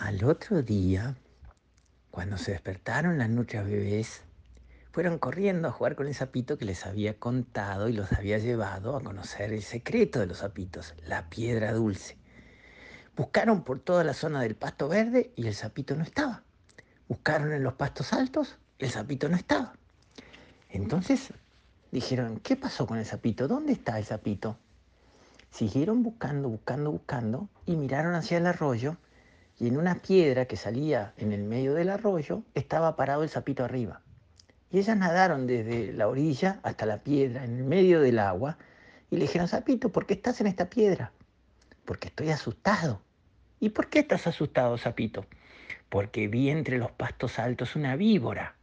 Al otro día, cuando se despertaron las nutrias bebés, fueron corriendo a jugar con el sapito que les había contado y los había llevado a conocer el secreto de los sapitos, la piedra dulce. Buscaron por toda la zona del pasto verde y el sapito no estaba. Buscaron en los pastos altos y el sapito no estaba. Entonces dijeron, ¿qué pasó con el sapito? ¿Dónde está el sapito? Siguieron buscando, buscando, buscando y miraron hacia el arroyo y en una piedra que salía en el medio del arroyo estaba parado el sapito arriba. Y ellas nadaron desde la orilla hasta la piedra, en el medio del agua, y le dijeron, sapito, ¿por qué estás en esta piedra? Porque estoy asustado. ¿Y por qué estás asustado, sapito? Porque vi entre los pastos altos una víbora.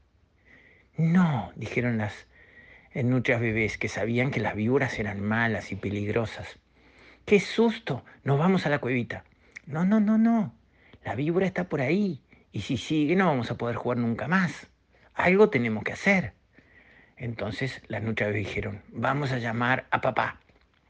No, dijeron las nutrias bebés, que sabían que las víboras eran malas y peligrosas. ¡Qué susto! Nos vamos a la cuevita. No, no, no, no. La víbora está por ahí. Y si sigue no vamos a poder jugar nunca más. Algo tenemos que hacer. Entonces las nutrias dijeron, vamos a llamar a papá.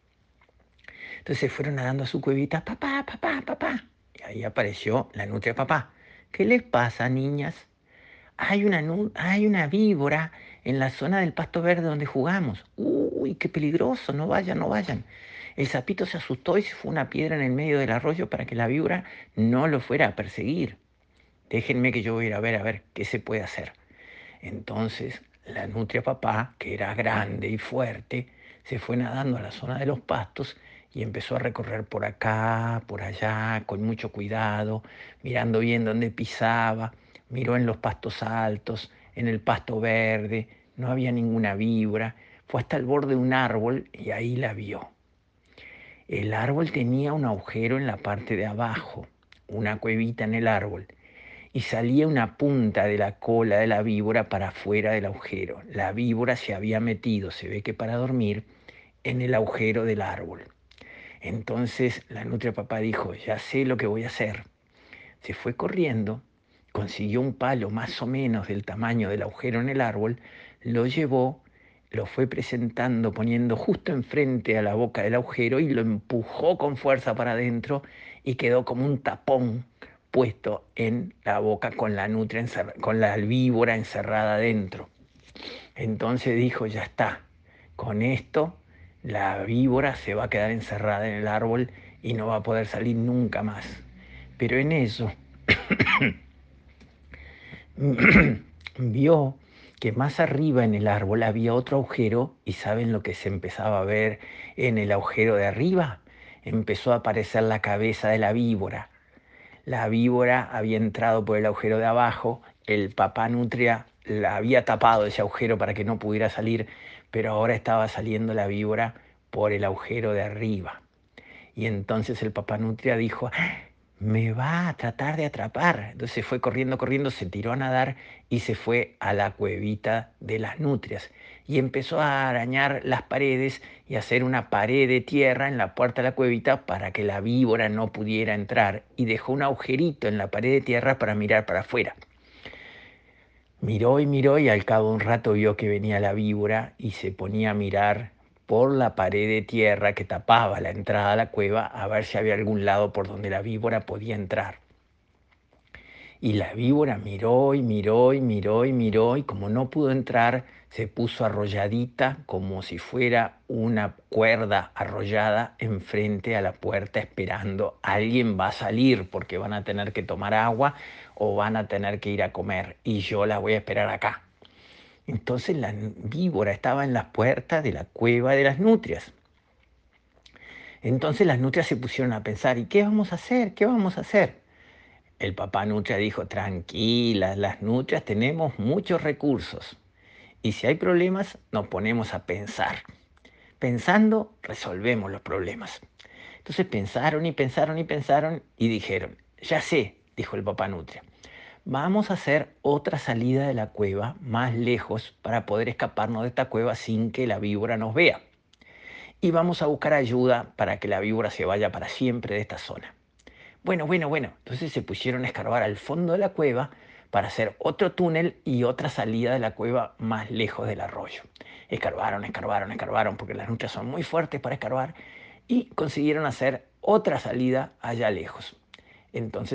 Entonces fueron nadando a su cuevita, papá, papá, papá. Y ahí apareció la nutria papá. ¿Qué les pasa, niñas? Hay una víbora en la zona del pasto verde donde jugamos. Uy, qué peligroso, no vayan, no vayan. El sapito se asustó y se fue una piedra en el medio del arroyo para que la víbora no lo fuera a perseguir. Déjenme que yo voy a ir a ver qué se puede hacer. Entonces la nutria papá, que era grande y fuerte, se fue nadando a la zona de los pastos y empezó a recorrer por acá, por allá, con mucho cuidado, mirando bien dónde pisaba, miró en los pastos altos, en el pasto verde, no había ninguna víbora, fue hasta el borde de un árbol y ahí la vio. El árbol tenía un agujero en la parte de abajo, una cuevita en el árbol, y salía una punta de la cola de la víbora para afuera del agujero. La víbora se había metido, se ve que para dormir, en el agujero del árbol. Entonces la nutria papá dijo, ya sé lo que voy a hacer. Se fue corriendo, consiguió un palo más o menos del tamaño del agujero en el árbol, lo llevó, lo fue presentando, poniendo justo enfrente a la boca del agujero y lo empujó con fuerza para adentro y quedó como un tapón puesto en la boca con la nutria con la víbora encerrada adentro. Entonces dijo, ya está, con esto la víbora se va a quedar encerrada en el árbol y no va a poder salir nunca más. Pero en eso vio que más arriba en el árbol había otro agujero y ¿saben lo que se empezaba a ver en el agujero de arriba? Empezó a aparecer la cabeza de la víbora. La víbora había entrado por el agujero de abajo, el papá nutria la había tapado ese agujero para que no pudiera salir, pero ahora estaba saliendo la víbora por el agujero de arriba. Y entonces el papá nutria dijo, me va a tratar de atrapar. Entonces se fue corriendo, corriendo, se tiró a nadar y se fue a la cuevita de las nutrias. Y empezó a arañar las paredes y a hacer una pared de tierra en la puerta de la cuevita para que la víbora no pudiera entrar. Y dejó un agujerito en la pared de tierra para mirar para afuera. Miró y al cabo de un rato vio que venía la víbora y se ponía a mirar por la pared de tierra que tapaba la entrada a la cueva a ver si había algún lado por donde la víbora podía entrar. Y la víbora miró y miró y miró y miró y como no pudo entrar, se puso arrolladita como si fuera una cuerda arrollada enfrente a la puerta esperando. Alguien va a salir porque van a tener que tomar agua o van a tener que ir a comer y yo la voy a esperar acá. Entonces la víbora estaba en las puertas de la cueva de las nutrias. Entonces las nutrias se pusieron a pensar, ¿y qué vamos a hacer? ¿Qué vamos a hacer? El papá nutria dijo, tranquilas, las nutrias tenemos muchos recursos. Y si hay problemas, nos ponemos a pensar. Pensando, resolvemos los problemas. Entonces pensaron y pensaron y pensaron y dijeron, ya sé, dijo el papá nutria, vamos a hacer otra salida de la cueva más lejos para poder escaparnos de esta cueva sin que la víbora nos vea. Y vamos a buscar ayuda para que la víbora se vaya para siempre de esta zona. Bueno. Entonces se pusieron a escarbar al fondo de la cueva para hacer otro túnel y otra salida de la cueva más lejos del arroyo. Escarbaron, porque las nutrias son muy fuertes para escarbar y consiguieron hacer otra salida allá lejos. Entonces el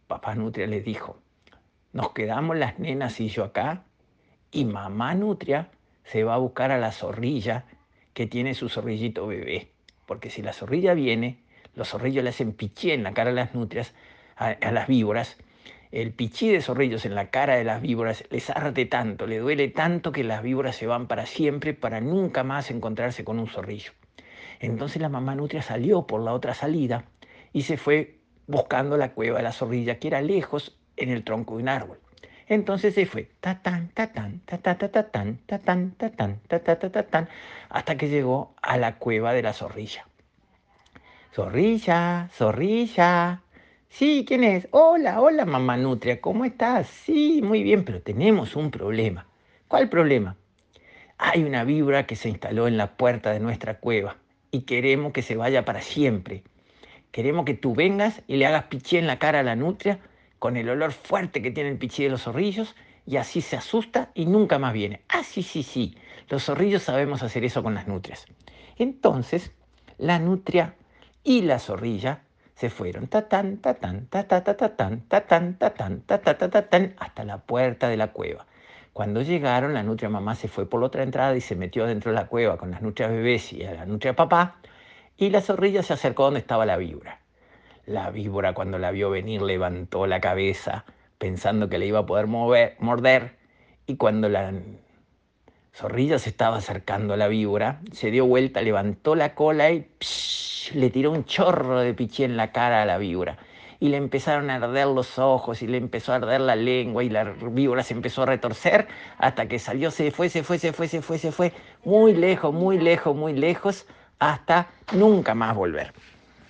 papá Nutria les dijo, nos quedamos las nenas y yo acá, y mamá Nutria se va a buscar a la zorrilla que tiene su zorrillito bebé. Porque si la zorrilla viene, los zorrillos le hacen pichí en la cara a las nutrias, a las víboras. El pichí de zorrillos en la cara de las víboras les arde tanto, le duele tanto que las víboras se van para siempre, para nunca más encontrarse con un zorrillo. Entonces la mamá nutria salió por la otra salida y se fue buscando la cueva de la zorrilla, que era lejos en el tronco de un árbol. Entonces se fue, tatán, tatán, tatán, tatán, tatán, tatán, tatán, tatán, hasta que llegó a la cueva de la zorrilla. Zorrilla, zorrilla. Sí, ¿quién es? Hola, hola, mamá nutria, ¿cómo estás? Sí, muy bien, pero tenemos un problema. ¿Cuál problema? Hay una víbora que se instaló en la puerta de nuestra cueva y queremos que se vaya para siempre. Queremos que tú vengas y le hagas pichí en la cara a la nutria con el olor fuerte que tiene el pichí de los zorrillos y así se asusta y nunca más viene. Ah, sí, sí, sí. Los zorrillos sabemos hacer eso con las nutrias. Entonces, la nutria y la zorrilla se fueron tatán, tatán, tatán, tatán, tatán, tatán, tatán, tatán, hasta la puerta de la cueva. Cuando llegaron, la nutria mamá se fue por la otra entrada y se metió dentro de la cueva con las nutrias bebés y a la nutria papá, y la zorrilla se acercó donde estaba la víbora. La víbora, cuando la vio venir, levantó la cabeza pensando que le iba a poder morder, y cuando la zorrilla se estaba acercando a la víbora, se dio vuelta, levantó la cola y le tiró un chorro de pichí en la cara a la víbora. Y le empezaron a arder los ojos y le empezó a arder la lengua y la víbora se empezó a retorcer hasta que salió, se fue, muy lejos, muy lejos, muy lejos, hasta nunca más volver.